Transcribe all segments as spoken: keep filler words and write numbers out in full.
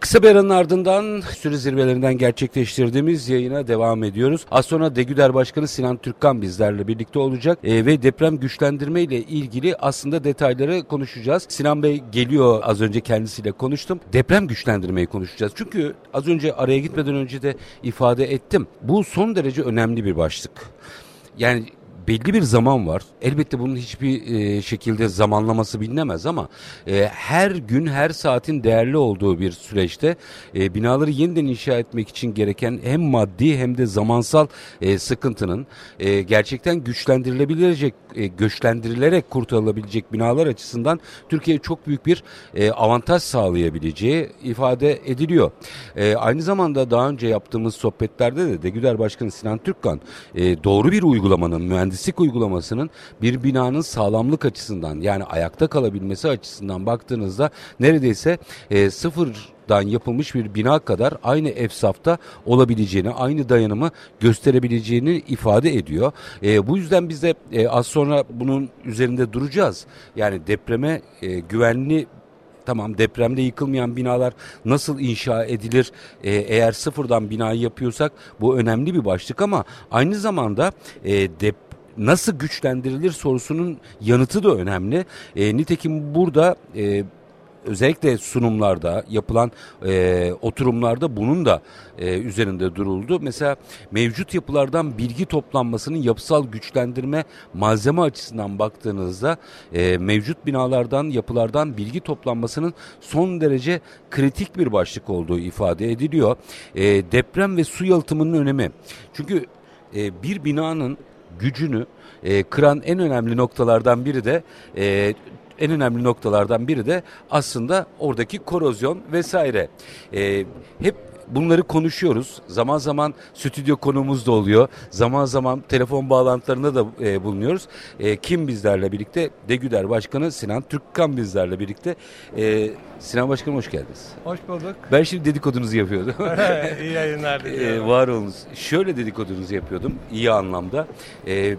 Kısa bir aranın ardından Süre Zirvelerinden gerçekleştirdiğimiz yayına devam ediyoruz. Az sonra DEGÜDER Başkanı Sinan Türkkan bizlerle birlikte olacak e, ve deprem güçlendirme ile ilgili aslında detayları konuşacağız. Sinan Bey geliyor, az önce kendisiyle konuştum. Deprem güçlendirmeyi konuşacağız. Çünkü az önce araya gitmeden önce de ifade ettim. Bu son derece önemli bir başlık. Yani belli bir zaman var. Elbette bunun hiçbir e, şekilde zamanlaması bilinemez ama e, her gün her saatin değerli olduğu bir süreçte e, binaları yeniden inşa etmek için gereken hem maddi hem de zamansal e, sıkıntının e, gerçekten güçlendirilebilecek, e, güçlendirilerek kurtarılabilecek binalar açısından Türkiye'ye çok büyük bir e, avantaj sağlayabileceği ifade ediliyor. E, aynı zamanda daha önce yaptığımız sohbetlerde de DEGÜDER Başkanı Sinan Türkkan e, doğru bir uygulamanın, mühendislik uygulamasının bir binanın sağlamlık açısından, yani ayakta kalabilmesi açısından baktığınızda neredeyse e, sıfırdan yapılmış bir bina kadar aynı efsafta olabileceğini, aynı dayanımı gösterebileceğini ifade ediyor. E, bu yüzden biz de e, az sonra bunun üzerinde duracağız. Yani depreme e, güvenli, tamam, depremde yıkılmayan binalar nasıl inşa edilir? Ee, eğer sıfırdan binayı yapıyorsak bu önemli bir başlık ama aynı zamanda e, dep nasıl güçlendirilir sorusunun yanıtı da önemli. E, nitekim burada e, özellikle sunumlarda, yapılan e, oturumlarda bunun da e, üzerinde duruldu. Mesela mevcut yapılardan bilgi toplanmasının yapısal güçlendirme malzeme açısından baktığınızda e, mevcut binalardan, yapılardan bilgi toplanmasının son derece kritik bir başlık olduğu ifade ediliyor. E, deprem ve su yalıtımının önemi. Çünkü e, bir binanın gücünü e, kıran en önemli noktalardan biri de e, en önemli noktalardan biri de aslında oradaki korozyon vesaire. E, hep bunları konuşuyoruz. Zaman zaman stüdyo konuğumuz da oluyor. Zaman zaman telefon bağlantılarında da e, bulunuyoruz. E, kim bizlerle birlikte? DEGÜDER Başkanı Sinan Türkkan bizlerle birlikte. E, Sinan Başkanım, hoş geldiniz. Hoş bulduk. Ben şimdi dedikodunuzu yapıyordum. İyi yayınlar diliyorum. E, var olunuz. Şöyle dedikodunuzu yapıyordum iyi anlamda. E,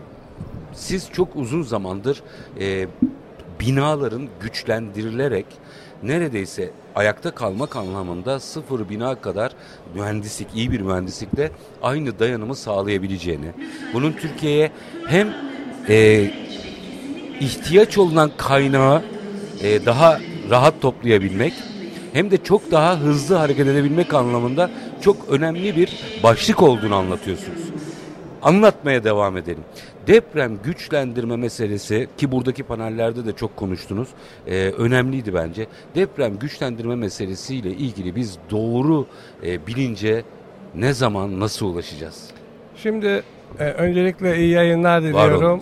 siz çok uzun zamandır e, binaların güçlendirilerek neredeyse ayakta kalmak anlamında sıfır bina kadar mühendislik, iyi bir mühendislikle aynı dayanımı sağlayabileceğini, bunun Türkiye'ye hem e, ihtiyaç olunan kaynağı e, daha rahat toplayabilmek hem de çok daha hızlı hareket edebilmek anlamında çok önemli bir başlık olduğunu anlatıyorsunuz. Anlatmaya devam edelim. Deprem güçlendirme meselesi, ki buradaki panellerde de çok konuştunuz, e, önemliydi bence. Deprem güçlendirme meselesiyle ilgili biz doğru e, bilince ne zaman, nasıl ulaşacağız? Şimdi e, öncelikle iyi yayınlar diliyorum.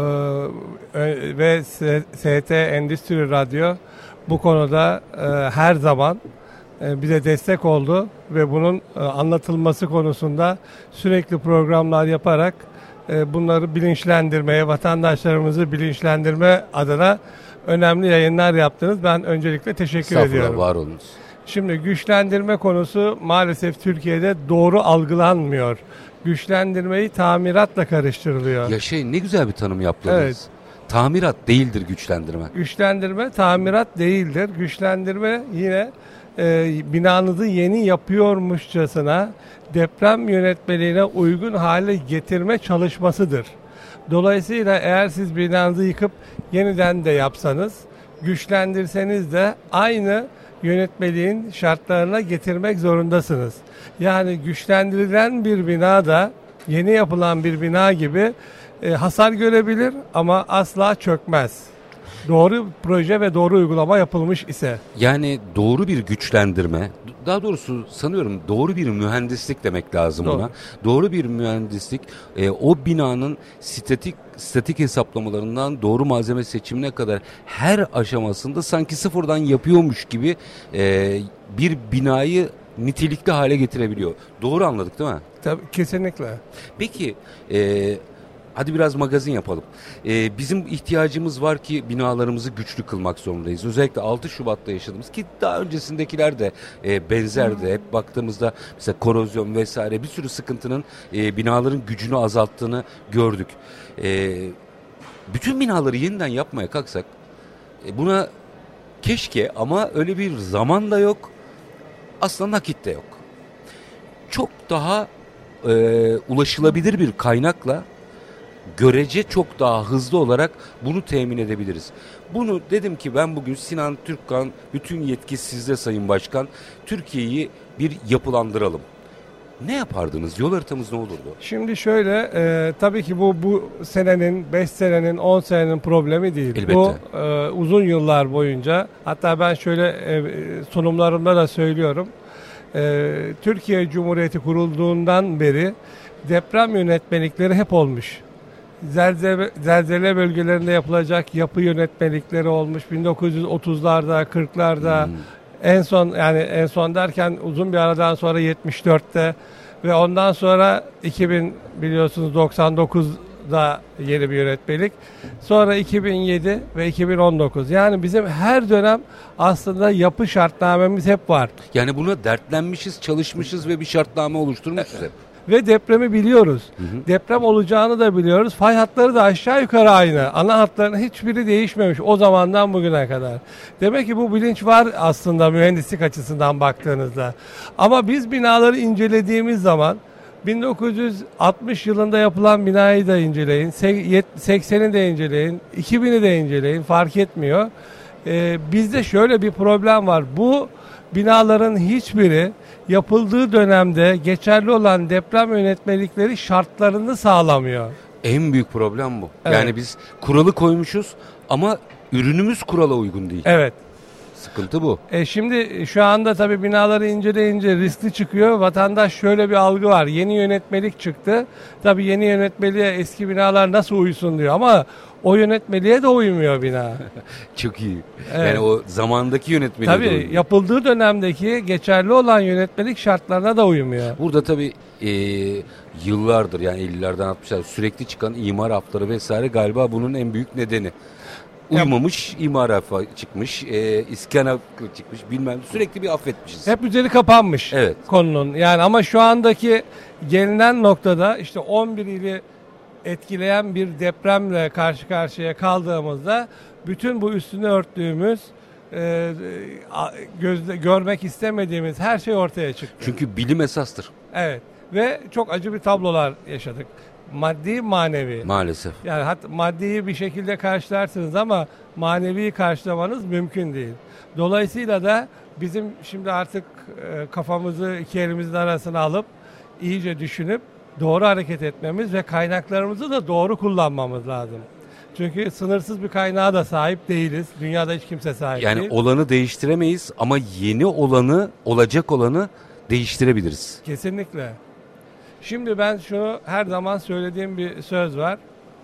E, ve S T Endüstri Radyo bu konuda e, her zaman e, bize destek oldu ve bunun e, anlatılması konusunda sürekli programlar yaparak bunları bilinçlendirmeye, vatandaşlarımızı bilinçlendirme adına önemli yayınlar yaptınız. Ben öncelikle teşekkür ediyorum. Var olunuz. Şimdi güçlendirme konusu maalesef Türkiye'de doğru algılanmıyor. Güçlendirmeyi tamiratla karıştırılıyor. Ya şey, ne güzel bir tanım yaptınız. Evet. Tamirat değildir güçlendirme. Güçlendirme tamirat değildir. Güçlendirme yine e, binanızı yeni yapıyormuşçasına deprem yönetmeliğine uygun hale getirme çalışmasıdır. Dolayısıyla eğer siz binanızı yıkıp yeniden de yapsanız, güçlendirseniz de aynı yönetmeliğin şartlarına getirmek zorundasınız. Yani güçlendirilen bir bina da yeni yapılan bir bina gibi e, hasar görebilir ama asla çökmez. Doğru proje ve doğru uygulama yapılmış ise. Yani doğru bir güçlendirme, daha doğrusu sanıyorum doğru bir mühendislik demek lazım Doğru. ona. Doğru bir mühendislik e, o binanın statik statik hesaplamalarından doğru malzeme seçimine kadar her aşamasında sanki sıfırdan yapıyormuş gibi e, bir binayı nitelikli hale getirebiliyor. Doğru anladık değil mi? Tabii, kesinlikle. Peki e, hadi biraz magazin yapalım. Ee, bizim ihtiyacımız var ki binalarımızı güçlü kılmak zorundayız. Özellikle altı Şubat'ta yaşadığımız, ki daha öncesindekiler de e, benzerdi. Hep baktığımızda mesela korozyon vesaire bir sürü sıkıntının e, binaların gücünü azalttığını gördük. E, bütün binaları yeniden yapmaya kalksak e, buna keşke, ama öyle bir zaman da yok. aslında nakit de yok. Çok daha e, ulaşılabilir bir kaynakla görece çok daha hızlı olarak bunu temin edebiliriz. Bunu dedim ki ben bugün Sinan Türkkan, bütün yetki sizde Sayın Başkan, Türkiye'yi bir yapılandıralım. Ne yapardınız? Yol haritamız ne olurdu? Şimdi şöyle, e, tabii ki bu bu senenin, beş senenin, on senenin problemi değil. Elbette. Bu e, uzun yıllar boyunca, hatta ben şöyle e, sunumlarımda da söylüyorum. E, Türkiye Cumhuriyeti kurulduğundan beri deprem yönetmelikleri hep olmuş. Zelzele, zelzele bölgelerinde yapılacak yapı yönetmelikleri olmuş. bin dokuz yüz otuzlarda, kırklarda, hmm. en son yani en son derken uzun bir aradan sonra yetmiş dörtte ve ondan sonra iki bin biliyorsunuz doksan dokuzda yeni bir yönetmelik. Sonra iki bin yedi ve iki bin on dokuz. Yani bizim her dönem aslında yapı şartnamemiz hep var. Yani buna dertlenmişiz, çalışmışız ve bir şartname oluşturmuşuz hep. Ve depremi biliyoruz. Hı hı. Deprem olacağını da biliyoruz. Fay hatları da aşağı yukarı aynı. Ana hatların hiçbiri değişmemiş o zamandan bugüne kadar. Demek ki bu bilinç var aslında mühendislik açısından baktığınızda. Ama biz binaları incelediğimiz zaman bin dokuz yüz altmış yılında yapılan binayı da inceleyin, sekseni de inceleyin, iki bini de inceleyin, fark etmiyor. Ee, bizde şöyle bir problem var. Bu binaların hiçbiri yapıldığı dönemde geçerli olan deprem yönetmelikleri şartlarını sağlamıyor. En büyük problem bu. Evet. Yani biz kuralı koymuşuz ama ürünümüz kurala uygun değil. Evet. Sıkıntı bu. E şimdi şu anda tabii binaları inceleyince riskli çıkıyor. Vatandaş şöyle bir algı var. Yeni yönetmelik çıktı. Tabii yeni yönetmeliğe eski binalar nasıl uysun diyor ama o yönetmeliğe de uymuyor bina. Çok iyi. Evet. Yani o zamandaki yönetmeliğe tabii de uymuyor. Yapıldığı dönemdeki geçerli olan yönetmelik şartlarına da uymuyor. Burada tabii e, yıllardır yani ellilerden altmışlar sürekli çıkan imar hafları vesaire galiba bunun en büyük nedeni. Uymamış, imar affı çıkmış, e, iskan hakkı çıkmış, bilmem sürekli bir affetmişiz. Hep üzeri kapanmış evet. konunun. Yani ama şu andaki gelinen noktada işte on bir ili etkileyen bir depremle karşı karşıya kaldığımızda bütün bu üstünü örttüğümüz, e, gözle, görmek istemediğimiz her şey ortaya çıktı. Çünkü bilim esastır. Evet ve çok acı bir tablolar yaşadık. Maddi, manevi. Maalesef. Yani hat, maddiyi bir şekilde karşılarsınız ama maneviyi karşılamanız mümkün değil. Dolayısıyla da bizim şimdi artık e, kafamızı iki elimizin arasına alıp iyice düşünüp doğru hareket etmemiz ve kaynaklarımızı da doğru kullanmamız lazım. Çünkü sınırsız bir kaynağa da sahip değiliz. Dünyada hiç kimse sahip yani değil. Yani olanı değiştiremeyiz ama yeni olanı, olacak olanı değiştirebiliriz. Kesinlikle. Şimdi ben şunu her zaman söylediğim bir söz var.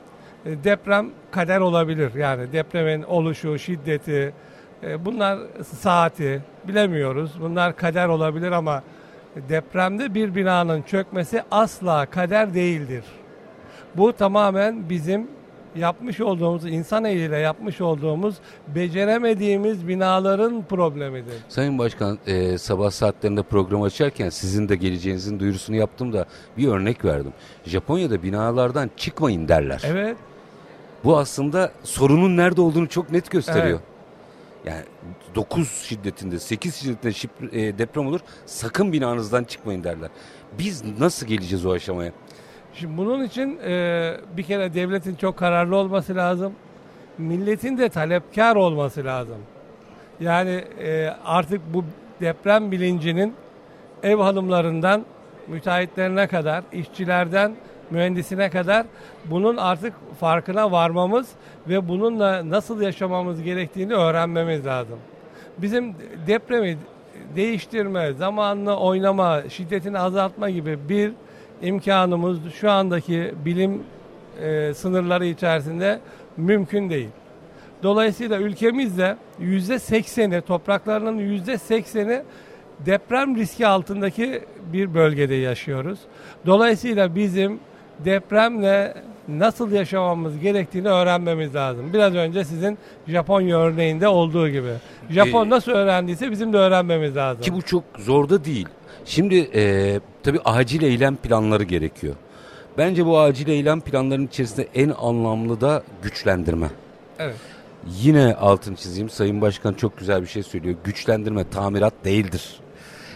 Deprem kader olabilir. Yani depremin oluşu, şiddeti, bunlar saati bilemiyoruz. Bunlar kader olabilir ama depremde bir binanın çökmesi asla kader değildir. Bu tamamen bizim yapmış olduğumuz, insan eliyle yapmış olduğumuz, beceremediğimiz binaların problemidir. Sayın Başkan, e, sabah saatlerinde program açarken sizin de geleceğinizin duyurusunu yaptım da bir örnek verdim. Japonya'da binalardan çıkmayın derler. Evet. Bu aslında sorunun nerede olduğunu çok net gösteriyor. Evet. Yani dokuz şiddetinde, sekiz şiddetinde şip, e, deprem olur, sakın binanızdan çıkmayın derler. Biz nasıl geleceğiz o aşamaya? Şimdi bunun için e, bir kere devletin çok kararlı olması lazım. Milletin de talepkar olması lazım. Yani e, artık bu deprem bilincinin ev hanımlarından müteahhitlerine kadar, işçilerden mühendisine kadar bunun artık farkına varmamız ve bununla nasıl yaşamamız gerektiğini öğrenmemiz lazım. Bizim depremi değiştirme, zamanını oynama, şiddetini azaltma gibi bir imkanımız şu andaki bilim e, sınırları içerisinde mümkün değil. Dolayısıyla ülkemizde yüzde sekseni, topraklarının yüzde sekseni deprem riski altındaki bir bölgede yaşıyoruz. Dolayısıyla bizim depremle nasıl yaşamamız gerektiğini öğrenmemiz lazım. Biraz önce sizin Japonya örneğinde olduğu gibi. Japon ee, nasıl öğrendiyse bizim de öğrenmemiz lazım. Ki bu çok zor da değil. Şimdi e, tabii acil eylem planları gerekiyor. Bence bu acil eylem planlarının içerisinde en anlamlı da güçlendirme. Evet. Yine altını çizeyim. Sayın Başkan çok güzel bir şey söylüyor. Güçlendirme tamirat değildir.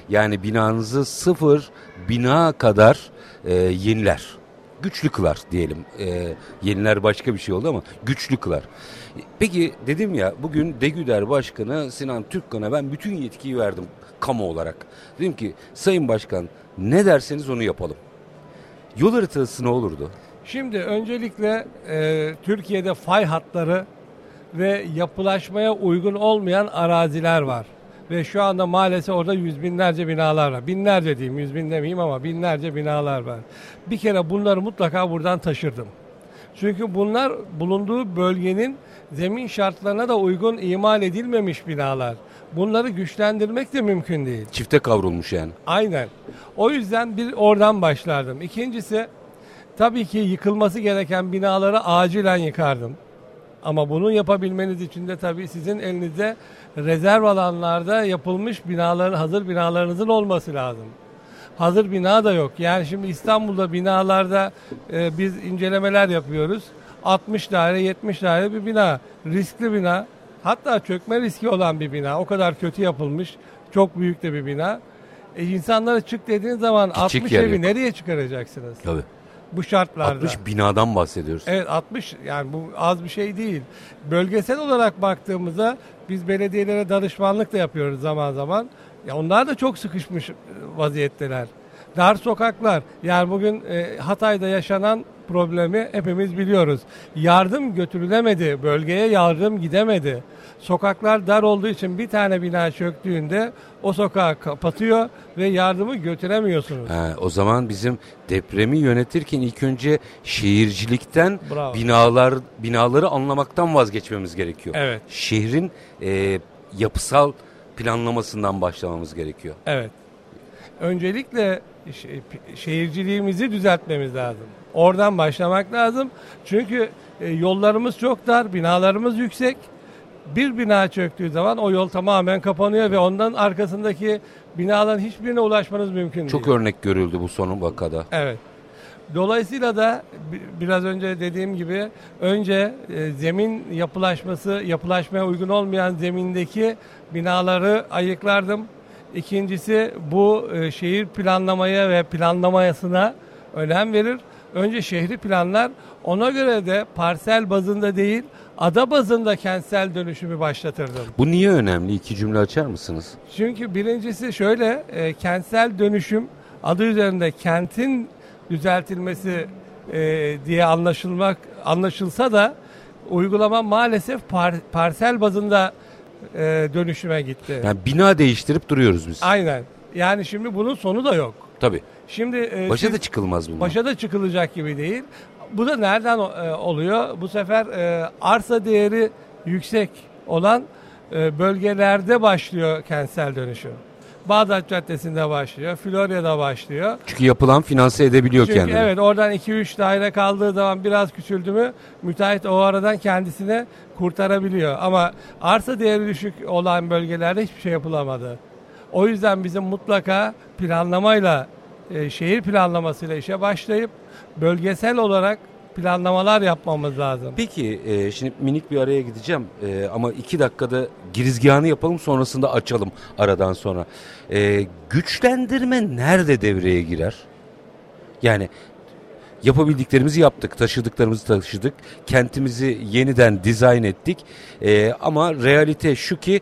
Yani binanızı sıfır bina kadar e, yeniler. Güçlü kılar diyelim. E, yeniler başka bir şey oldu ama güçlü kılar. Peki dedim ya, bugün DEGÜDER Başkanı Sinan Türkkan'a ben bütün yetkiyi verdim kamu olarak. Dedim ki Sayın Başkan, ne derseniz onu yapalım. Yol haritası ne olurdu? Şimdi öncelikle e, Türkiye'de fay hatları ve yapılaşmaya uygun olmayan araziler var. Ve şu anda maalesef orada yüz binlerce binalar var. Binlerce diyeyim, yüz bin demeyeyim ama binlerce binalar var. Bir kere bunları mutlaka buradan taşırdım. Çünkü bunlar bulunduğu bölgenin zemin şartlarına da uygun imal edilmemiş binalar. Bunları güçlendirmek de mümkün değil. Çifte kavrulmuş yani. Aynen. O yüzden bir oradan başlardım. İkincisi, tabii ki yıkılması gereken binaları acilen yıkardım. Ama bunu yapabilmeniz için de tabii sizin elinizde rezerv alanlarda yapılmış binaların, hazır binalarınızın olması lazım. Hazır bina da yok. Yani şimdi İstanbul'da binalarda e, biz incelemeler yapıyoruz. altmış daire, yetmiş daire bir bina. Riskli bina. Hatta çökme riski olan bir bina. O kadar kötü yapılmış. Çok büyük de bir bina. E, insanlara çık dediğiniz zaman Küçük altmış yer evi yok. nereye çıkaracaksınız? Tabii. Bu şartlarda. altmış binadan bahsediyoruz. Evet, altmış, yani bu az bir şey değil. Bölgesel olarak baktığımızda biz belediyelere danışmanlık da yapıyoruz zaman zaman. Ya onlar da çok sıkışmış vaziyetteler. Dar sokaklar. Yani bugün e, Hatay'da yaşanan problemi hepimiz biliyoruz. Yardım götürülemedi, bölgeye yardım gidemedi. Sokaklar dar olduğu için bir tane bina çöktüğünde o sokağı kapatıyor ve yardımı götüremiyorsunuz. He, o zaman bizim depremi yönetirken ilk önce şehircilikten Bravo. binalar binaları anlamaktan vazgeçmemiz gerekiyor. Evet. Şehrin e, yapısal planlamasından başlamamız gerekiyor. Evet. Öncelikle şe- şehirciliğimizi düzeltmemiz lazım. Oradan başlamak lazım. Çünkü e, yollarımız çok dar, binalarımız yüksek. Bir bina çöktüğü zaman o yol tamamen kapanıyor ve ondan arkasındaki binaların hiçbirine ulaşmanız mümkün Çok değil. örnek görüldü bu son vakada. Evet. Dolayısıyla da bi- biraz önce dediğim gibi önce e, zemin yapılaşması, yapılaşmaya uygun olmayan zemindeki binaları ayıklardım. İkincisi, bu e, şehir planlamaya ve planlamasına önem verir. Önce şehri planlar, ona göre de parsel bazında değil, ada bazında kentsel dönüşümü başlatırdım. Bu niye önemli? İki cümle açar mısınız? Çünkü birincisi şöyle, e, kentsel dönüşüm adı üzerinde kentin düzeltilmesi e, diye anlaşılmak anlaşılsa da uygulama maalesef par, parsel bazında e, dönüşüme gitti. Yani bina değiştirip duruyoruz biz. Aynen. Yani şimdi bunun sonu da yok. Tabii. Şimdi e, Başa siz- da çıkılmaz bunlar. başa da çıkılacak gibi değil. Bu da nereden e, oluyor? Bu sefer e, arsa değeri yüksek olan e, bölgelerde başlıyor kentsel dönüşüm. Bağdat Caddesi'nde başlıyor, Florya'da başlıyor. Çünkü yapılan finanse edebiliyor Çünkü kendini. evet, oradan iki üç daire kaldığı zaman biraz küçüldü mü müteahhit o aradan kendisine kurtarabiliyor. Ama arsa değeri düşük olan bölgelerde hiçbir şey yapılamadı. O yüzden bizim mutlaka planlamayla, e, şehir planlamasıyla işe başlayıp bölgesel olarak planlamalar yapmamız lazım. Peki e, şimdi minik bir araya gideceğim E, ama iki dakikada girizgahını yapalım, sonrasında açalım aradan sonra. E, güçlendirme nerede devreye girer? Yani yapabildiklerimizi yaptık, taşıdıklarımızı taşıdık, kentimizi yeniden dizayn ettik E, ama realite şu ki,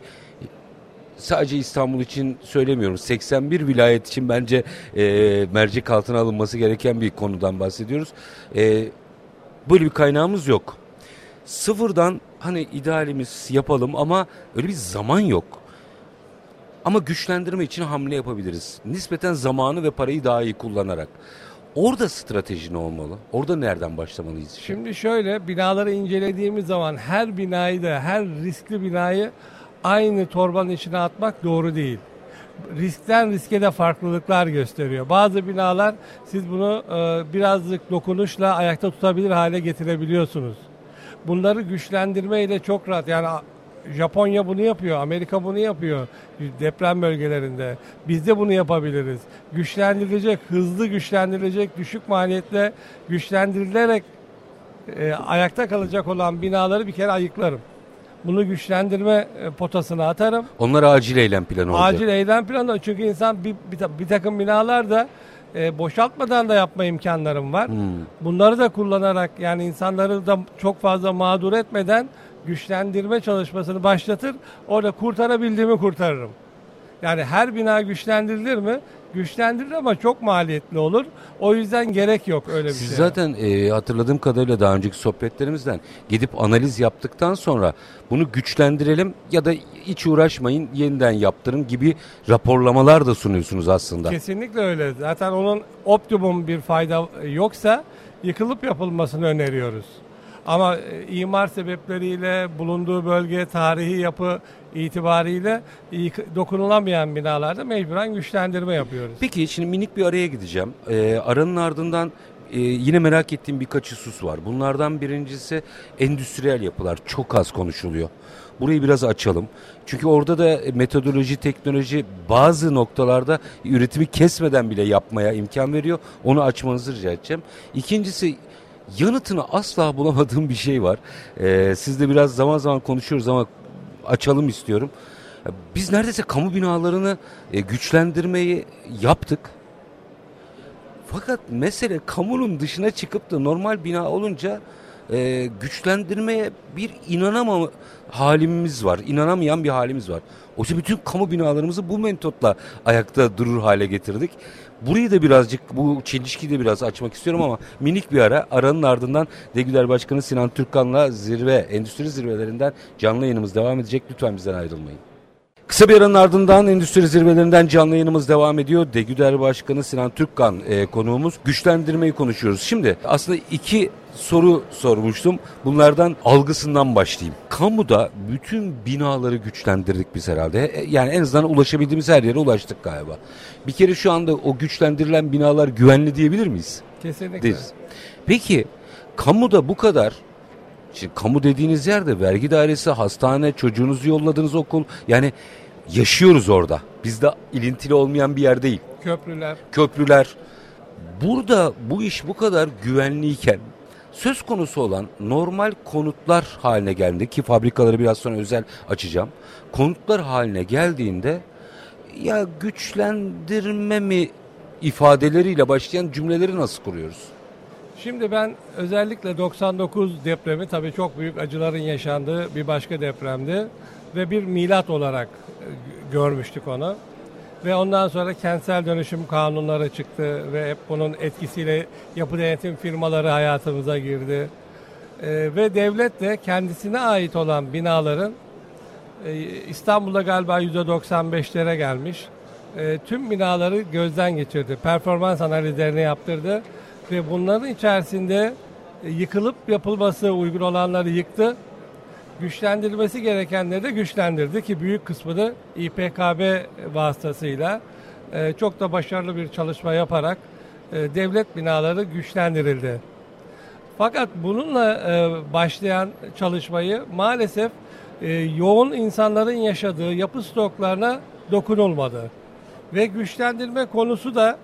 sadece İstanbul için söylemiyorum, seksen bir vilayet için bence e, mercek altına alınması gereken bir konudan bahsediyoruz. E, böyle bir kaynağımız yok. Sıfırdan hani idealimiz yapalım ama öyle bir zaman yok. Ama güçlendirme için hamle yapabiliriz. Nispeten zamanı ve parayı daha iyi kullanarak. Orada strateji ne olmalı? Orada nereden başlamalıyız? Şimdi şöyle, binaları incelediğimiz zaman her binayı da, her riskli binayı aynı torbanın içine atmak doğru değil. Riskten riske de farklılıklar gösteriyor. Bazı binalar siz bunu e, birazcık dokunuşla ayakta tutabilir hale getirebiliyorsunuz. Bunları güçlendirmeyle çok rahat, yani Japonya bunu yapıyor, Amerika bunu yapıyor deprem bölgelerinde. Biz de bunu yapabiliriz. Güçlendirilecek, hızlı güçlendirilecek, düşük maliyetle güçlendirilerek e, ayakta kalacak olan binaları bir kere ayıklarım. bunu güçlendirme e, potasına atarım. Onlar acil eylem planı olacak. Acil eylem planı, çünkü insan bir, bir, bir takım binalarda e, boşaltmadan da yapma imkanlarım var. Hmm. Bunları da kullanarak, yani insanları da çok fazla mağdur etmeden güçlendirme çalışmasını başlatır. Orada kurtarabildiğimi kurtarırım. Yani her bina güçlendirilir mi? Güçlendirilir ama çok maliyetli olur. O yüzden gerek yok öyle bir Siz şey. zaten e, hatırladığım kadarıyla daha önceki sohbetlerimizden gidip analiz yaptıktan sonra bunu güçlendirelim ya da hiç uğraşmayın, yeniden yaptırın gibi raporlamalar da sunuyorsunuz aslında. Kesinlikle öyle. Zaten onun optimum bir fayda yoksa yıkılıp yapılmasını öneriyoruz. Ama e, imar sebepleriyle, bulunduğu bölge, tarihi yapı itibariyle dokunulamayan binalarda mecburen güçlendirme yapıyoruz. Peki şimdi minik bir araya gideceğim. Ee, aranın ardından e, yine merak ettiğim birkaç husus var. Bunlardan birincisi endüstriyel yapılar. Çok az konuşuluyor. Burayı biraz açalım. Çünkü orada da metodoloji, teknoloji bazı noktalarda üretimi kesmeden bile yapmaya imkan veriyor. Onu açmanızı rica edeceğim. İkincisi, yanıtını asla bulamadığım bir şey var. Ee, siz de biraz zaman zaman konuşuyoruz ama açalım istiyorum. Biz neredeyse kamu binalarını e, güçlendirmeyi yaptık. Fakat mesele kamunun dışına çıkıp da normal bina olunca e, güçlendirmeye bir inanamama halimiz var. İnanamayan bir halimiz var. Oysa bütün kamu binalarımızı bu metotla ayakta durur hale getirdik. Burayı da birazcık, bu çelişkiyi de biraz açmak istiyorum ama minik bir ara. Aranın ardından DEGÜDER Başkanı Sinan Türkkan'la zirve, endüstri zirvelerinden canlı yayınımız devam edecek. Lütfen bizden ayrılmayın. Kısa bir aranın ardından endüstri zirvelerinden canlı yayınımız devam ediyor. DEGÜDER Başkanı Sinan Türkkan e, konuğumuz. Güçlendirmeyi konuşuyoruz. Şimdi aslında iki soru sormuştum. Bunlardan algısından başlayayım. Kamuda bütün binaları güçlendirdik biz herhalde. Yani en azından ulaşabildiğimiz her yere ulaştık galiba. Bir kere şu anda o güçlendirilen binalar güvenli diyebilir miyiz? Kesinlikle. Deriz. Peki kamuda bu kadar, şimdi kamu dediğiniz yerde vergi dairesi, hastane, çocuğunuzu yolladığınız okul, yani yaşıyoruz orada. Bizde ilintili olmayan bir yer değil. Köprüler. Köprüler. Burada bu iş bu kadar güvenliyken söz konusu olan normal konutlar haline geldi ki fabrikaları biraz sonra özel açacağım. Konutlar haline geldiğinde ya güçlendirme mi ifadeleriyle başlayan cümleleri nasıl kuruyoruz? Şimdi ben özellikle doksan dokuz depremi, tabii çok büyük acıların yaşandığı bir başka depremdi ve bir milat olarak görmüştük onu. Ve ondan sonra kentsel dönüşüm kanunları çıktı ve hep bunun etkisiyle yapı denetim firmaları hayatımıza girdi. Ee, ve devlet de kendisine ait olan binaların e, İstanbul'da galiba yüzde doksan beşlere gelmiş. E, tüm binaları gözden geçirdi. Performans analizlerini yaptırdı ve bunların içerisinde e, yıkılıp yapılması uygun olanları yıktı. Güçlendirilmesi gerekenleri de güçlendirdi ki büyük kısmı da İ P K B vasıtasıyla e, çok da başarılı bir çalışma yaparak e, devlet binaları güçlendirildi. Fakat bununla e, başlayan çalışmayı maalesef e, yoğun insanların yaşadığı yapı stoklarına dokunulmadı. Ve güçlendirme konusu da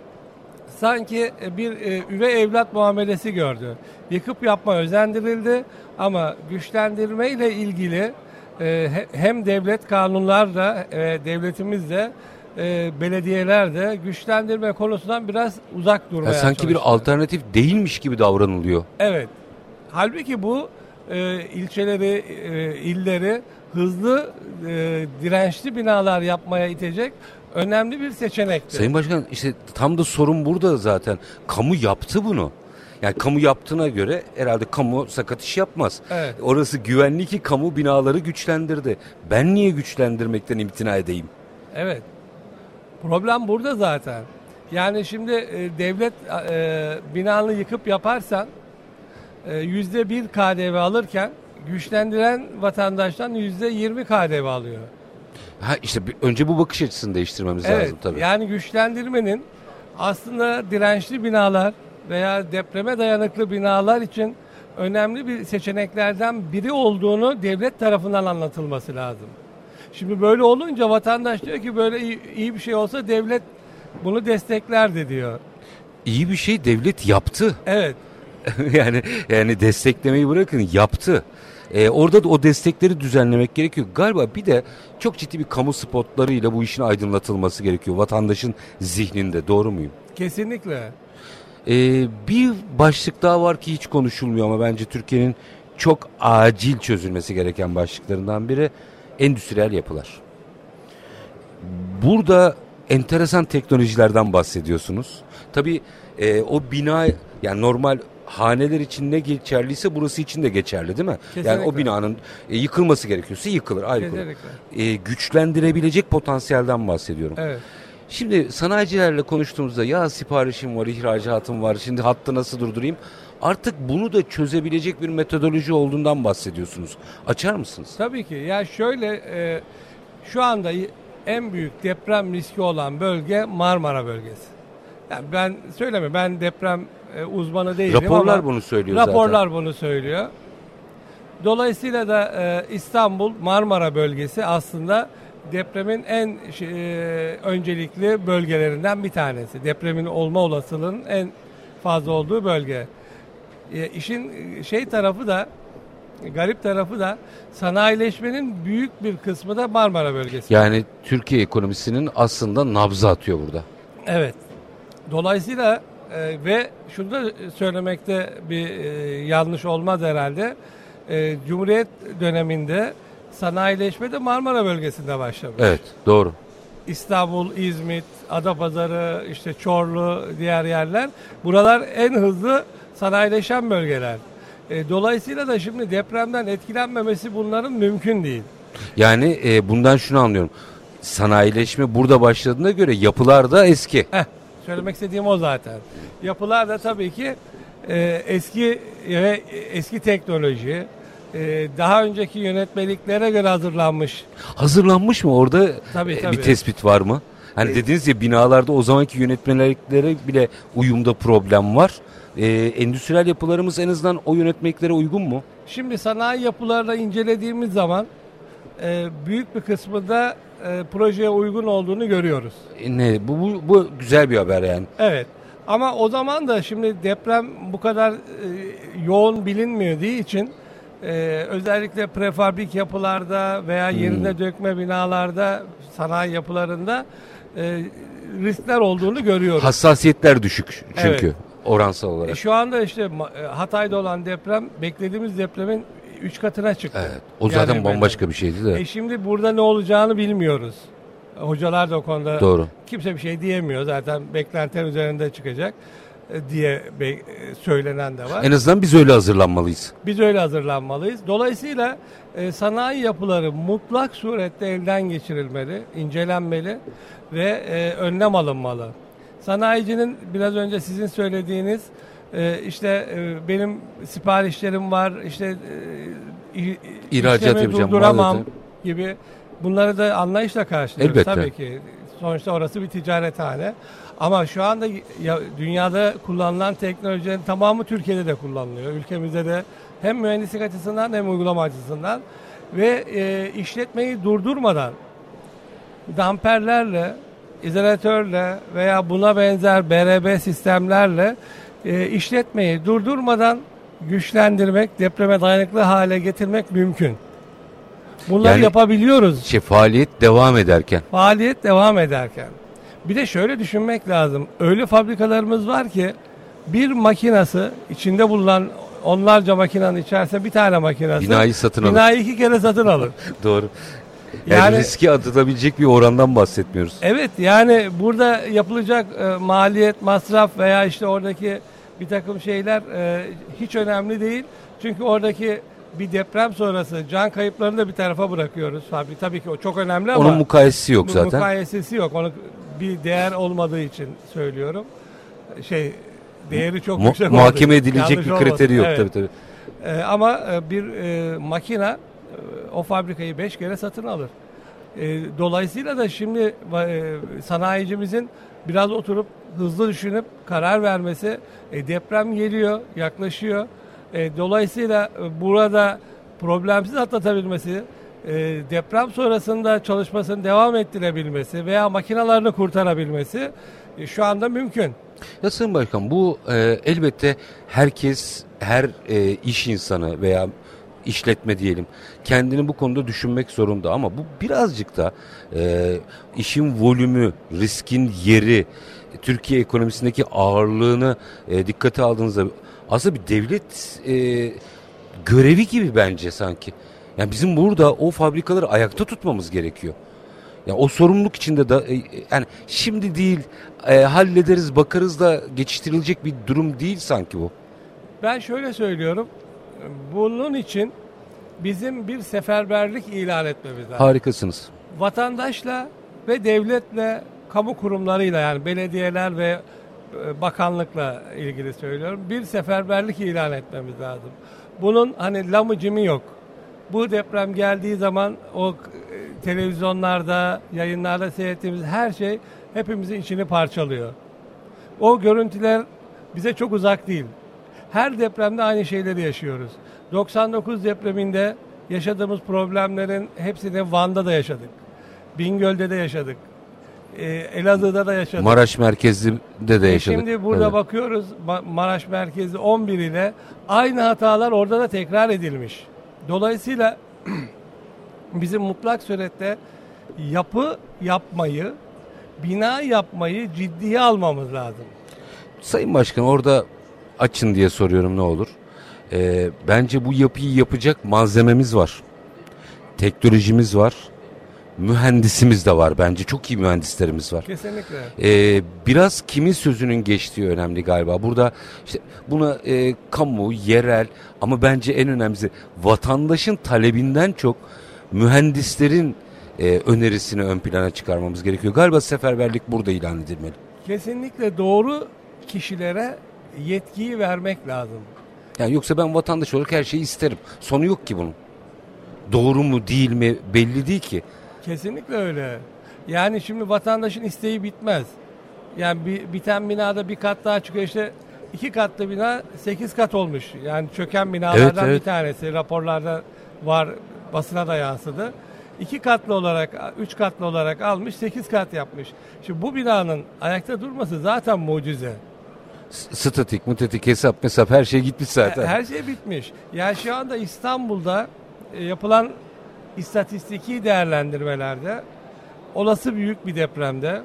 sanki bir e, üvey evlat muamelesi gördü. Yıkıp yapma özendirildi ama güçlendirme ile ilgili e, hem devlet kanunlarla, e, devletimiz de, e, belediyeler de güçlendirme konusundan biraz uzak durmaya ya sanki çalıştılar. Bir alternatif değilmiş gibi davranılıyor. Evet. Halbuki bu e, ilçeleri, e, illeri hızlı, e, dirençli binalar yapmaya itecek önemli bir seçenekti. Sayın Başkan, işte tam da sorun burada zaten. Kamu yaptı bunu. Yani kamu yaptığına göre herhalde kamu sakat iş yapmaz. Evet. Orası güvenli ki kamu binaları güçlendirdi. Ben niye güçlendirmekten imtina edeyim? Evet. Problem burada zaten. Yani şimdi e, devlet e, binanı yıkıp yaparsan e, yüzde bir K D V alırken güçlendiren vatandaştan yüzde yirmi K D V alıyor. Ha işte bir, önce bu bakış açısını değiştirmemiz evet, lazım tabii. Yani güçlendirmenin aslında dirençli binalar veya depreme dayanıklı binalar için önemli bir seçeneklerden biri olduğunu devlet tarafından anlatılması lazım. Şimdi böyle olunca vatandaş diyor ki böyle iyi, iyi bir şey olsa devlet bunu desteklerdi diyor. İyi bir şey devlet yaptı. Evet. yani yani desteklemeyi bırakın, yaptı. E, orada da o destekleri düzenlemek gerekiyor. Galiba bir de çok ciddi bir kamu spotlarıyla bu işin aydınlatılması gerekiyor vatandaşın zihninde. Doğru muyum? Kesinlikle. E, bir başlık daha var ki hiç konuşulmuyor ama bence Türkiye'nin çok acil çözülmesi gereken başlıklarından biri endüstriyel yapılar. Burada enteresan teknolojilerden bahsediyorsunuz. Tabii e, o bina yani normal haneler için ne geçerliyse burası için de geçerli değil mi? Kesinlikle. Yani o binanın e, yıkılması gerekiyorsa yıkılır, ayrı konu. Kesinlikle. E, güçlendirebilecek potansiyelden bahsediyorum. Evet. Şimdi sanayicilerle konuştuğumuzda ya siparişim var, ihracatım var, şimdi hattı nasıl durdurayım? Artık bunu da çözebilecek bir metodoloji olduğundan bahsediyorsunuz. Açar mısınız? Tabii ki. Ya şöyle e, şu anda en büyük deprem riski olan bölge Marmara bölgesi. Yani ben söyleme ben deprem e, uzmanı değilim Raporlar ama bunu söylüyor raporlar zaten. bunu söylüyor. Dolayısıyla da e, İstanbul Marmara bölgesi aslında depremin en şey, e, öncelikli bölgelerinden bir tanesi. Depremin olma olasılığının en fazla olduğu bölge. E, işin şey tarafı da garip tarafı da sanayileşmenin büyük bir kısmı da Marmara bölgesi. Yani Türkiye ekonomisinin aslında nabzı atıyor burada. Evet. Dolayısıyla e, ve şunu da söylemekte bir e, yanlış olmaz herhalde. E, Cumhuriyet döneminde sanayileşme de Marmara bölgesinde başlamış. Evet, doğru. İstanbul, İzmit, Adapazarı, işte Çorlu, diğer yerler. Buralar en hızlı sanayileşen bölgeler. E, dolayısıyla da şimdi depremden etkilenmemesi bunların mümkün değil. Yani e, bundan şunu anlıyorum. Sanayileşme burada başladığına göre yapılar da eski. Heh, söylemek istediğim o zaten. Yapılar da tabii ki e, eski ve eski teknoloji, e, daha önceki yönetmeliklere göre hazırlanmış. Hazırlanmış mı? Orada Tabii, e, tabii. bir tespit var mı? Hani E, dediniz ya binalarda o zamanki yönetmeliklere bile uyumda problem var. E, endüstriyel yapılarımız en azından o yönetmeliklere uygun mu? Şimdi sanayi yapılarını incelediğimiz zaman e, büyük bir kısmında e, projeye uygun olduğunu görüyoruz. E, ne? Bu, bu, bu güzel bir haber yani. Evet. Ama o zaman da şimdi deprem bu kadar e, yoğun bilinmediği için e, özellikle prefabrik yapılarda veya yerine hmm. dökme binalarda, sanayi yapılarında e, riskler olduğunu görüyoruz. Hassasiyetler düşük çünkü Evet. oransal olarak. E, şu anda işte e, Hatay'da olan deprem beklediğimiz depremin üç katına çıktı. Evet. O zaten Yani bambaşka böyle. bir şeydi de. E şimdi burada ne olacağını bilmiyoruz. Hocalar da o konuda Doğru. kimse bir şey diyemiyor. Zaten beklentiler üzerinde çıkacak e, diye be, e, söylenen de var. En azından biz öyle hazırlanmalıyız. Biz öyle hazırlanmalıyız. Dolayısıyla e, sanayi yapıları mutlak surette elden geçirilmeli, incelenmeli ve e, önlem alınmalı. Sanayicinin biraz önce sizin söylediğiniz e, işte e, benim siparişlerim var, işte e, İhracat işlemi yapacağım, durduramam maalesef. gibi bunları da anlayışla karşılıyoruz. Elbette. Tabii ki. Sonuçta orası bir ticarethane. Ama şu anda ya, dünyada kullanılan teknolojinin tamamı Türkiye'de de kullanılıyor. Ülkemizde de hem mühendislik açısından hem uygulama açısından ve e, işletmeyi durdurmadan damperlerle, izolatörle veya buna benzer B R B sistemlerle e, işletmeyi durdurmadan güçlendirmek, depreme dayanıklı hale getirmek mümkün. Bunları Yani, yapabiliyoruz. Şey, faaliyet devam ederken. Faaliyet devam ederken. Bir de şöyle düşünmek lazım. Öyle fabrikalarımız var ki bir makinası içinde bulunan onlarca makinenin içerisinde bir tane makinası Binayı satın alır. binayı iki kere satın alır. Doğru. Yani, yani riski atılabilecek bir orandan bahsetmiyoruz. Evet, yani burada yapılacak e, maliyet, masraf veya işte oradaki bir takım şeyler e, hiç önemli değil. Çünkü oradaki bir deprem sonrası can kayıplarını da bir tarafa bırakıyoruz. Tabii, tabii ki o çok önemli ama onun mukayesesi yok zaten. Mukayesesi yok. Onu bir değer olmadığı için söylüyorum. Şey değeri çok Mu- yüksek oldu. Muhakeme edilecek Yanlış bir olmasın. kriteri yok Evet. tabii tabii. Ee, ama e, bir e, makine e, o fabrikayı beş kere satın alır. E, dolayısıyla da şimdi e, sanayicimizin biraz oturup hızlı düşünüp karar vermesi, e, deprem geliyor, yaklaşıyor. E, dolayısıyla e, burada problemsiz atlatabilmesi, e, deprem sonrasında çalışmasını devam ettirebilmesi veya makinalarını kurtarabilmesi e, şu anda mümkün. Ya Sayın Başkan, bu e, elbette herkes, her e, iş insanı veya işletme diyelim kendini bu konuda düşünmek zorunda ama bu birazcık da e, işin volümü, riskin yeri, Türkiye ekonomisindeki ağırlığını e, dikkate aldığınızda aslında bir devlet e, görevi gibi bence sanki. Yani bizim burada o fabrikaları ayakta tutmamız gerekiyor. Yani o sorumluluk içinde da e, yani şimdi değil e, hallederiz bakarız da geçiştirilecek bir durum değil sanki bu. Ben şöyle söylüyorum. Bunun için bizim bir seferberlik ilan etmemiz lazım. Harikasınız. Vatandaşla ve devletle, kamu kurumlarıyla yani belediyeler ve bakanlıkla ilgili söylüyorum. Bir seferberlik ilan etmemiz lazım. Bunun hani lamı cimi yok. Bu deprem geldiği zaman o televizyonlarda, yayınlarda seyrettiğimiz her şey hepimizin içini parçalıyor. O görüntüler bize çok uzak değil. Her depremde aynı şeyleri yaşıyoruz. doksan dokuz depreminde yaşadığımız problemlerin hepsini Van'da da yaşadık. Bingöl'de de yaşadık. Ee, Elazığ'da da yaşadık. Maraş merkezli de de yaşadık. E şimdi burada evet. bakıyoruz Maraş merkezli on bir ile aynı hatalar orada da tekrar edilmiş. Dolayısıyla bizim mutlak surette yapı yapmayı, bina yapmayı ciddiye almamız lazım. Sayın Başkan orada açın diye soruyorum ne olur. Ee, bence bu yapıyı yapacak malzememiz var. Teknolojimiz var. Mühendisimiz de var bence. Çok iyi mühendislerimiz var. Kesinlikle. Ee, biraz kimin sözünün geçtiği önemli galiba. Burada işte buna e, kamu, yerel ama bence en önemlisi vatandaşın talebinden çok mühendislerin e, önerisini ön plana çıkarmamız gerekiyor. Galiba seferberlik burada ilan edilmeli. Kesinlikle doğru kişilere yetkiyi vermek lazım. Yani yoksa ben vatandaş olarak her şeyi isterim. Sonu yok ki bunun. Doğru mu değil mi belli değil ki. Kesinlikle öyle. Yani şimdi vatandaşın isteği bitmez. Yani bir, biten binada bir kat daha çıkıyor işte iki katlı bina sekiz kat olmuş. Yani çöken binalardan evet, evet. bir tanesi raporlarda var, basına da yansıdı. İki katlı olarak, üç katlı olarak almış, sekiz kat yapmış. Şimdi bu binanın ayakta durması zaten mucize. Statik, mutatik, hesap, mesap her şey gitmiş zaten. Her şey bitmiş. Yani şu anda İstanbul'da yapılan istatistiki değerlendirmelerde olası büyük bir depremde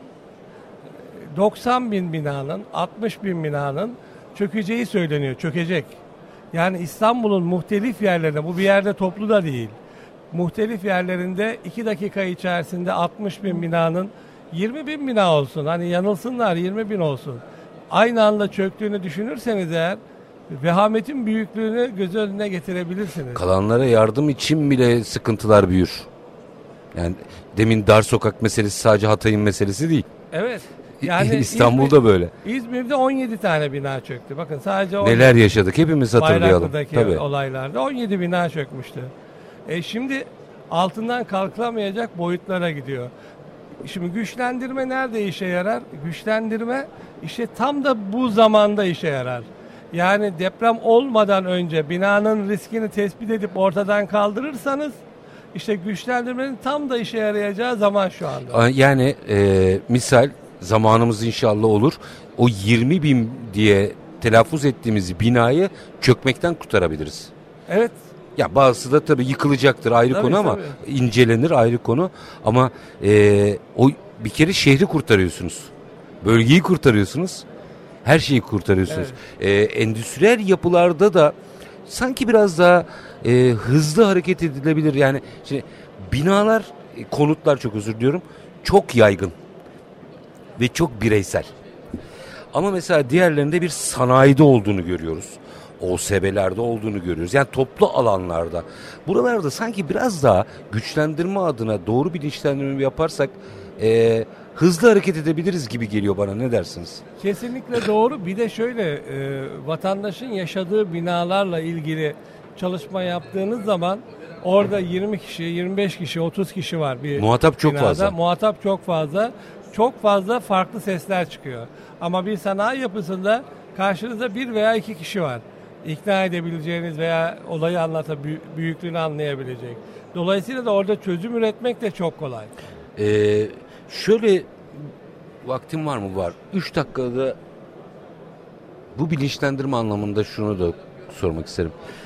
doksan bin binanın, altmış bin binanın çökeceği söyleniyor. Çökecek. Yani İstanbul'un muhtelif yerlerinde, bu bir yerde toplu da değil, muhtelif yerlerinde iki dakika içerisinde altmış bin binanın yirmi bin bina olsun. Hani yanılsınlar yirmi bin olsun. Aynı anda çöktüğünü düşünürseniz eğer vehametin büyüklüğünü göz önüne getirebilirsiniz. Kalanlara yardım için bile sıkıntılar büyür. Yani demin dar sokak meselesi sadece Hatay'ın meselesi değil. Evet. Yani İstanbul'da İzmir, böyle. İzmir'de on yedi tane bina çöktü. Bakın sadece neler yaşadık hepimiz hatırlayalım. Bayraklı'daki tabii. olaylarda on yedi bina çökmüştü. E şimdi altından kalkılamayacak boyutlara gidiyor. Şimdi güçlendirme nerede işe yarar? Güçlendirme işte tam da bu zamanda işe yarar. Yani deprem olmadan önce binanın riskini tespit edip ortadan kaldırırsanız işte güçlendirmenin tam da işe yarayacağı zaman şu anda. Yani e, misal zamanımız inşallah olur. O yirmi bin diye telaffuz ettiğimiz binayı çökmekten kurtarabiliriz. Evet. Ya bazısı da tabii yıkılacaktır ayrı tabii, konu ama tabii. incelenir ayrı konu. Ama e, o bir kere şehri kurtarıyorsunuz. Bölgeyi kurtarıyorsunuz. Her şeyi kurtarıyorsunuz. Evet. E, endüstriyel yapılarda da sanki biraz daha e, hızlı hareket edilebilir. Yani şimdi binalar, konutlar çok özür diliyorum, çok yaygın ve çok bireysel. Ama mesela diğerlerinde bir sanayide olduğunu görüyoruz. O S B'lerde olduğunu görüyoruz. Yani toplu alanlarda. Buralarda sanki biraz daha güçlendirme adına doğru bilinçlendirme yaparsak e, hızlı hareket edebiliriz gibi geliyor bana. Ne dersiniz? Kesinlikle doğru. Bir de şöyle e, vatandaşın yaşadığı binalarla ilgili çalışma yaptığınız zaman orada yirmi kişi, yirmi beş kişi, otuz kişi var bir muhatap çok binada. fazla. Muhatap çok fazla. Çok fazla farklı sesler çıkıyor. Ama bir sanayi yapısında karşınızda bir veya iki kişi var. İkna edebileceğiniz veya olayı anlata büyüklüğünü anlayabilecek. Dolayısıyla da orada çözüm üretmek de çok kolay. Ee, şöyle vaktim var mı? Var. Üç dakikada bu bilinçlendirme anlamında şunu da sormak isterim.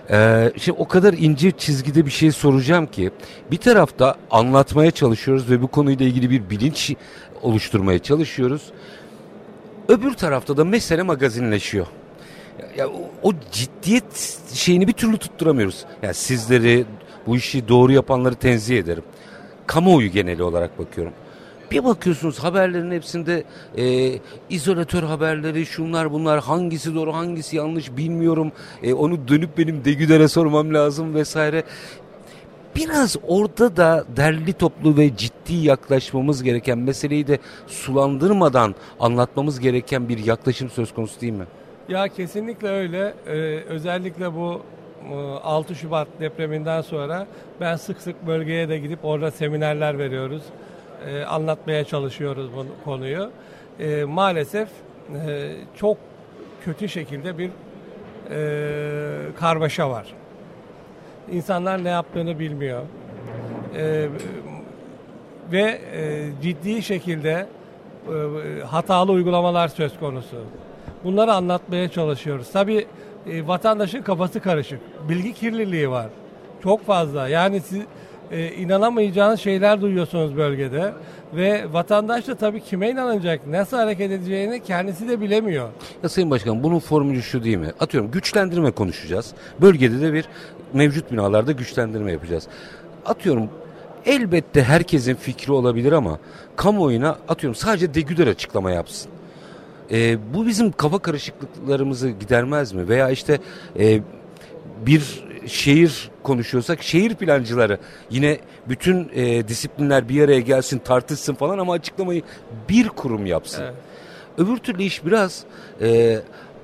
Ee, şimdi o kadar ince çizgide bir şey soracağım ki bir tarafta anlatmaya çalışıyoruz ve bu konuyla ilgili bir bilinç oluşturmaya çalışıyoruz. Öbür tarafta da mesele magazinleşiyor. Ya, o, o ciddiyet şeyini bir türlü tutturamıyoruz. Yani sizleri, bu işi doğru yapanları tenzih ederim. Kamuoyu geneli olarak bakıyorum. Bir bakıyorsunuz haberlerin hepsinde e, izolatör haberleri, şunlar bunlar, hangisi doğru hangisi yanlış bilmiyorum. E, onu dönüp benim Degüder'e sormam lazım vesaire. Biraz orada da derli toplu ve ciddi yaklaşmamız gereken, meseleyi de sulandırmadan anlatmamız gereken bir yaklaşım söz konusu değil mi? Ya kesinlikle öyle. Ee, özellikle bu altı Şubat depreminden sonra ben sık sık bölgeye de gidip orada seminerler veriyoruz. Ee, anlatmaya çalışıyoruz bu konuyu. Ee, maalesef e, çok kötü şekilde bir e, karmaşa var. İnsanlar ne yaptığını bilmiyor. Ee, ve e, ciddi şekilde e, hatalı uygulamalar söz konusu. Bunları anlatmaya çalışıyoruz. Tabii e, vatandaşın kafası karışık. Bilgi kirliliği var. Çok fazla. Yani siz e, inanamayacağınız şeyler duyuyorsunuz bölgede. Ve vatandaş da tabii kime inanacak, nasıl hareket edeceğini kendisi de bilemiyor. Ya Sayın Başkan, bunun formülü şu değil mi? Atıyorum güçlendirme konuşacağız. Bölgede de bir mevcut binalarda güçlendirme yapacağız. Atıyorum elbette herkesin fikri olabilir ama kamuoyuna atıyorum sadece Degüder açıklama yapsın. E, bu bizim kafa karışıklıklarımızı gidermez mi? Veya işte e, bir şehir konuşuyorsak şehir plancıları yine bütün e, disiplinler bir araya gelsin, tartışsın falan ama açıklamayı bir kurum yapsın. Evet. Öbür türlü iş biraz e,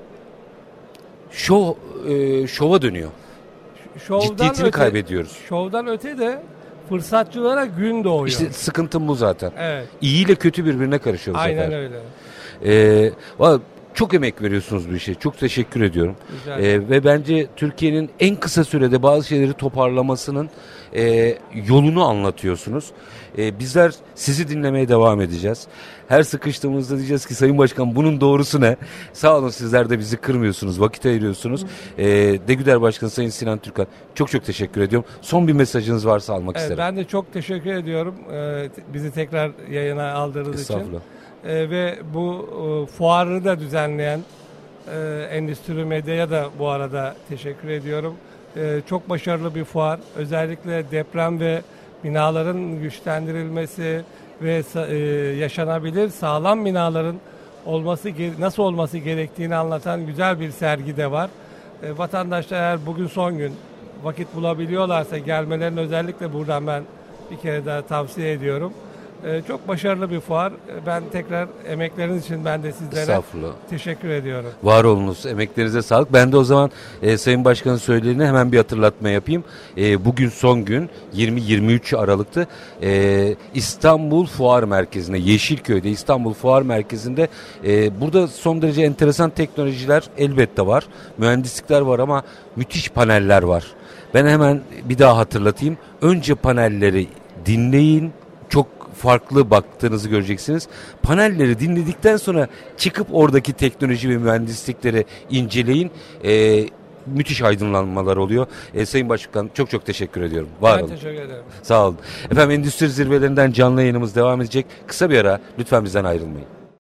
şov, e, şova dönüyor. Şovdan Ciddiyetini öte, kaybediyoruz. Şovdan öte de fırsatçılara gün doğuyor. İşte sıkıntım bu zaten. Evet. İyi ile kötü birbirine karışıyor bu Aynen sefer. öyle. Ee, vallahi çok emek veriyorsunuz bu işe. Çok teşekkür ediyorum. Ee, ve bence Türkiye'nin en kısa sürede bazı şeyleri toparlamasının e, yolunu anlatıyorsunuz. E, bizler sizi dinlemeye devam edeceğiz. Her sıkıştığımızda diyeceğiz ki Sayın Başkan bunun doğrusu ne? Sağ olun, sizler de bizi kırmıyorsunuz, vakit ayırıyorsunuz. E, Degüder Başkanı Sayın Sinan Türkan, çok çok teşekkür ediyorum. Son bir mesajınız varsa almak evet, isterim. Ben de çok teşekkür ediyorum e, bizi tekrar yayına aldığınız için. E, ve bu e, fuarı da düzenleyen e, Endüstri Medya'ya da bu arada teşekkür ediyorum. E, çok başarılı bir fuar. Özellikle deprem ve binaların güçlendirilmesi ve e, yaşanabilir sağlam binaların olması nasıl olması gerektiğini anlatan güzel bir sergi de var. E, vatandaşlar eğer bugün son gün vakit bulabiliyorlarsa gelmelerini özellikle buradan ben bir kere daha tavsiye ediyorum. Ee, çok başarılı bir fuar. Ben tekrar emekleriniz için ben de sizlere teşekkür ediyorum. Var olunuz. Emeklerinize sağlık. Ben de o zaman e, Sayın Başkan'ın söylediğini hemen bir hatırlatma yapayım. E, bugün son gün yirmi yirmi üç Aralık'tı. E, İstanbul Fuar Merkezi'nde, Yeşilköy'de İstanbul Fuar Merkezi'nde e, burada son derece enteresan teknolojiler elbette var. Mühendislikler var ama müthiş paneller var. Ben hemen bir daha hatırlatayım. Önce panelleri dinleyin. Çok farklı baktığınızı göreceksiniz. Panelleri dinledikten sonra çıkıp oradaki teknoloji ve mühendislikleri inceleyin. Ee, müthiş aydınlanmalar oluyor. Ee, Sayın Başkan çok çok teşekkür ediyorum. Var ben olun. teşekkür ederim. Sağ olun. Efendim, endüstri zirvelerinden canlı yayınımız devam edecek. Kısa bir ara, lütfen bizden ayrılmayın.